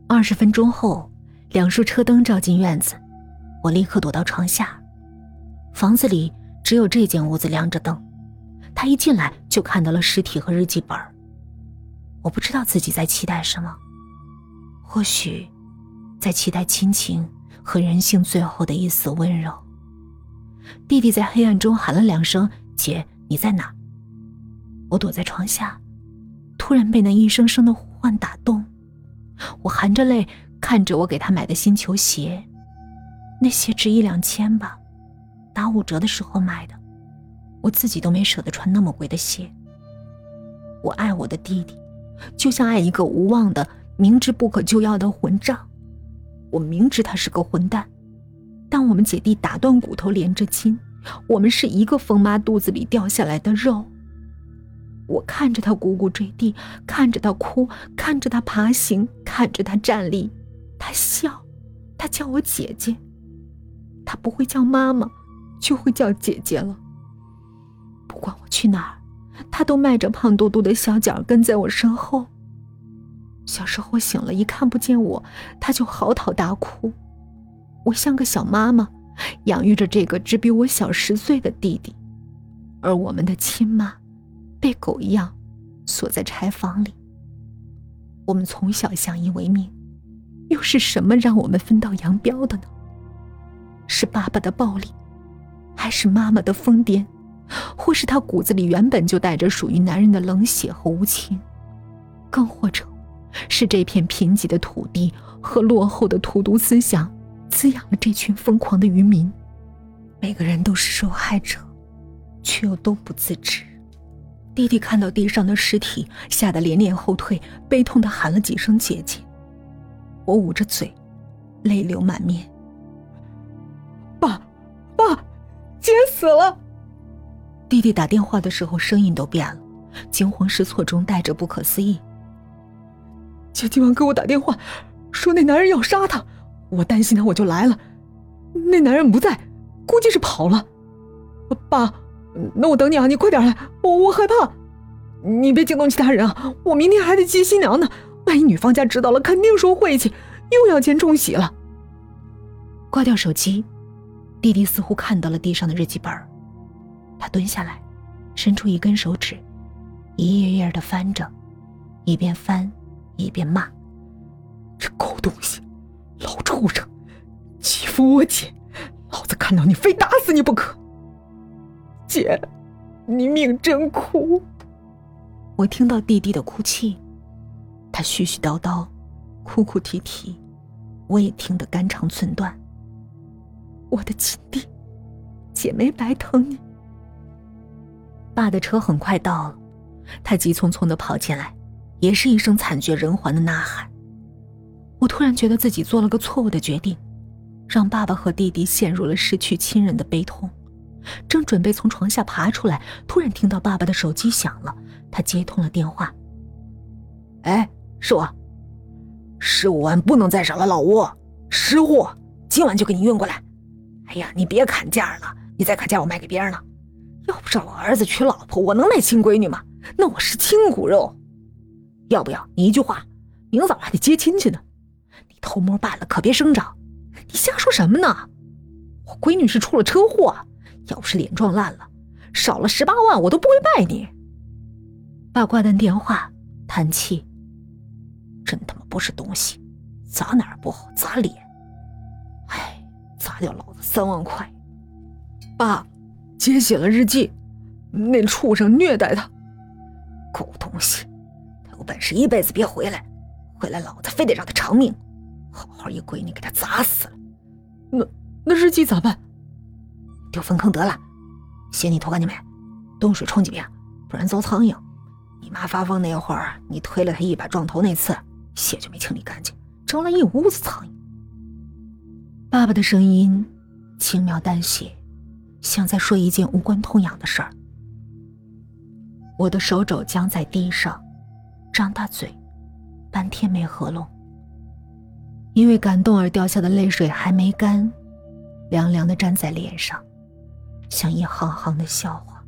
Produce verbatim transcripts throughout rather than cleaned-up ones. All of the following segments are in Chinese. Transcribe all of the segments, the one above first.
二十分钟后，两束车灯照进院子，我立刻躲到床下。房子里只有这间屋子亮着灯，他一进来就看到了尸体和日记本。我不知道自己在期待什么，或许在期待亲情和人性最后的一丝温柔。弟弟在黑暗中喊了两声：“姐，你在哪？”我躲在床下，突然被那一声声的呼唤打动。我含着泪看着我给他买的新球鞋，那鞋值一两千吧，打五折的时候买的，我自己都没舍得穿那么贵的鞋。我爱我的弟弟，就像爱一个无望的明知不可救药的混账。我明知他是个混蛋，但我们姐弟打断骨头连着筋，我们是一个疯妈肚子里掉下来的肉。我看着他汩汩坠地，看着他哭，看着他爬行，看着他站立，他笑，他叫我姐姐，他不会叫妈妈，就会叫姐姐了。不管我去哪儿，他都迈着胖嘟嘟的小脚跟在我身后。小时候醒了一看不见我，他就嚎啕大哭。我像个小妈妈，养育着这个只比我小十岁的弟弟，而我们的亲妈被狗一样锁在柴房里。我们从小相依为命，又是什么让我们分道扬镳的呢？是爸爸的暴力，还是妈妈的疯癫，或是他骨子里原本就带着属于男人的冷血和无情，更或者是这片贫瘠的土地和落后的荼毒思想滋养了这群疯狂的渔民。每个人都是受害者，却又都不自知。弟弟看到地上的尸体，吓得连连后退，悲痛地喊了几声姐姐。我捂着嘴，泪流满面。爸，爸，姐死了！弟弟打电话的时候声音都变了，惊慌失措中带着不可思议。姐今晚给我打电话，说那男人要杀他，我担心他，我就来了。那男人不在，估计是跑了。爸，那我等你啊，你快点来，我我害怕。你别惊动其他人啊，我明天还得接新娘呢，万一女方家知道了，肯定说晦气，又要见冲喜了。挂掉手机，弟弟似乎看到了地上的日记本，他蹲下来，伸出一根手指，一页页地翻着，一边翻一边骂：“这狗东西，老畜生，欺负我姐，老子看到你非打死你不可！姐，你命真苦。”我听到弟弟的哭泣，他絮絮叨叨，哭哭啼啼，我也听得肝肠寸断。我的亲弟，姐没白疼你。爸的车很快到了，他急匆匆地跑进来，也是一声惨绝人寰的呐喊。我突然觉得自己做了个错误的决定，让爸爸和弟弟陷入了失去亲人的悲痛。正准备从床下爬出来，突然听到爸爸的手机响了，他接通了电话。哎，是我。十五万不能再少了，老吴，识货，今晚就给你运过来。哎呀，你别砍价了，你再砍价我卖给别人了。要不是我儿子娶老婆，我能卖亲闺女吗？那我是亲骨肉。要不要你一句话，明早还得接亲戚呢。你偷摸办了可别声张。你瞎说什么呢？我闺女是出了车祸，要不是脸撞烂了，少了十八万我都不会拜你。爸挂断电话，叹气，真他妈不是东西，砸哪儿不好砸脸。哎，砸掉老子三万块。爸，姐写了日记，那畜生虐待他。狗东西，他有本事一辈子别回来，回来老子非得让他偿命，好好一闺女给他砸死了。那那日记咋办？丢粪坑得了，鞋你脱干净没？冻水冲几遍，不然遭苍蝇。你妈发疯那会儿，你推了她一把撞头那次，血就没清理干净，招来一屋子苍蝇。爸爸的声音轻描淡写，像在说一件无关痛痒的事儿。我的手肘僵在地上，张大嘴，半天没合拢。因为感动而掉下的泪水还没干，凉凉地粘在脸上，像一行行的笑话。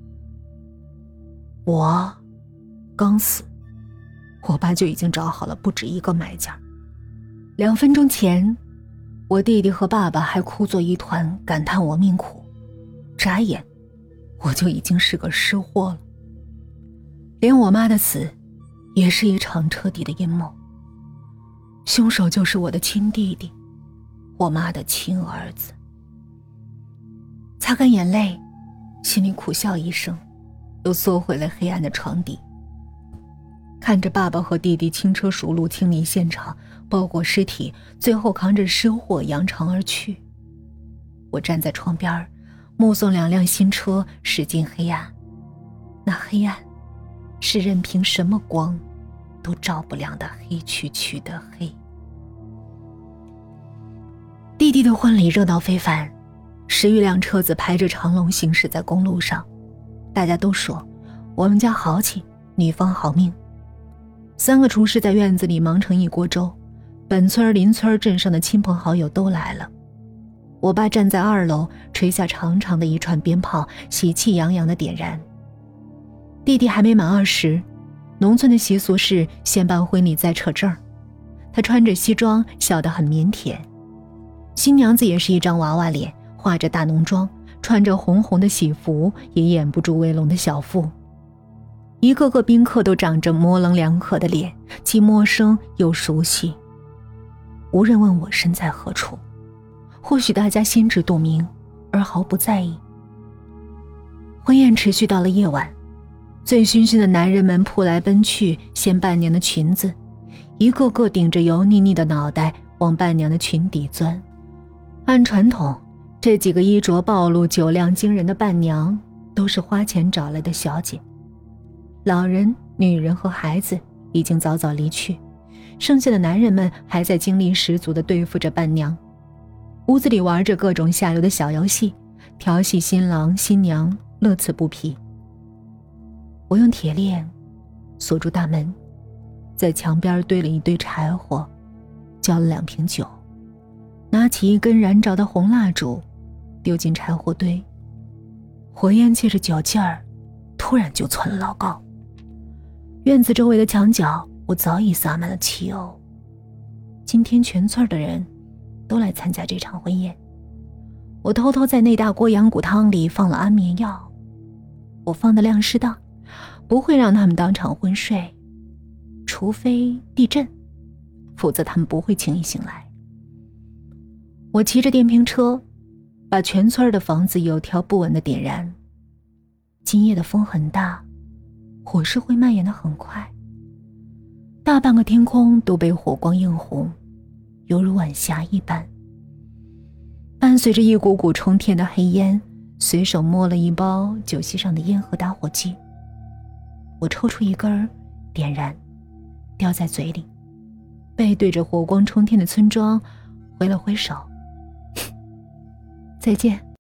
我刚死，我爸就已经找好了不止一个买家。 两分钟前，我弟弟和爸爸还哭作一团，感叹我命苦，眨眼我就已经是个失货了。连我妈的死也是一场彻底的阴谋，凶手就是我的亲弟弟，我妈的亲儿子。擦干眼泪，心里苦笑一声，又缩回了黑暗的床底。看着爸爸和弟弟轻车熟路清理现场，包裹尸体，最后扛着尸货扬长而去。我站在窗边，目送两辆新车驶进黑暗，那黑暗是任凭什么光都照不亮的黑黢黢的黑。弟弟的婚礼热闹非凡，十余辆车子排着长龙行驶在公路上，大家都说我们家豪气，女方好命。三个厨师在院子里忙成一锅粥，本村邻村镇上的亲朋好友都来了。我爸站在二楼，吹下长长的一串鞭炮，喜气洋洋地点燃。弟弟还没满二十，农村的习俗是先办婚礼再扯证。他穿着西装，笑得很腼腆。新娘子也是一张娃娃脸，化着大浓妆，穿着红红的喜服，也掩不住微隆的小腹。一个个宾客都长着模棱两可的脸，既陌生又熟悉。无人问我身在何处，或许大家心知肚明，而毫不在意。婚宴持续到了夜晚，醉醺醺的男人们扑来奔去掀伴娘的裙子，一个个顶着油腻腻的脑袋往伴娘的裙底钻。按传统，这几个衣着暴露、酒量惊人的伴娘都是花钱找来的小姐。老人、女人和孩子已经早早离去，剩下的男人们还在精力十足地对付着伴娘。屋子里玩着各种下流的小游戏，调戏新郎新娘，乐此不疲。我用铁链锁住大门，在墙边堆了一堆柴火，浇了两瓶酒，拿起一根燃着的红蜡烛丢进柴火堆，火焰借着酒劲儿突然就窜了老高。院子周围的墙角我早已撒满了汽油。今天全村的人都来参加这场婚宴。我偷偷在那大锅羊骨汤里放了安眠药，我放的量适当，不会让他们当场昏睡，除非地震，否则他们不会轻易醒来。我骑着电瓶车把全村的房子有条不紊地点燃。今夜的风很大，火势会蔓延得很快，大半个天空都被火光映红，犹如晚霞一般。伴随着一股股冲天的黑烟，随手摸了一包酒席上的烟和打火机，我抽出一根点燃，叼在嘴里，背对着火光冲天的村庄挥了挥手，再见。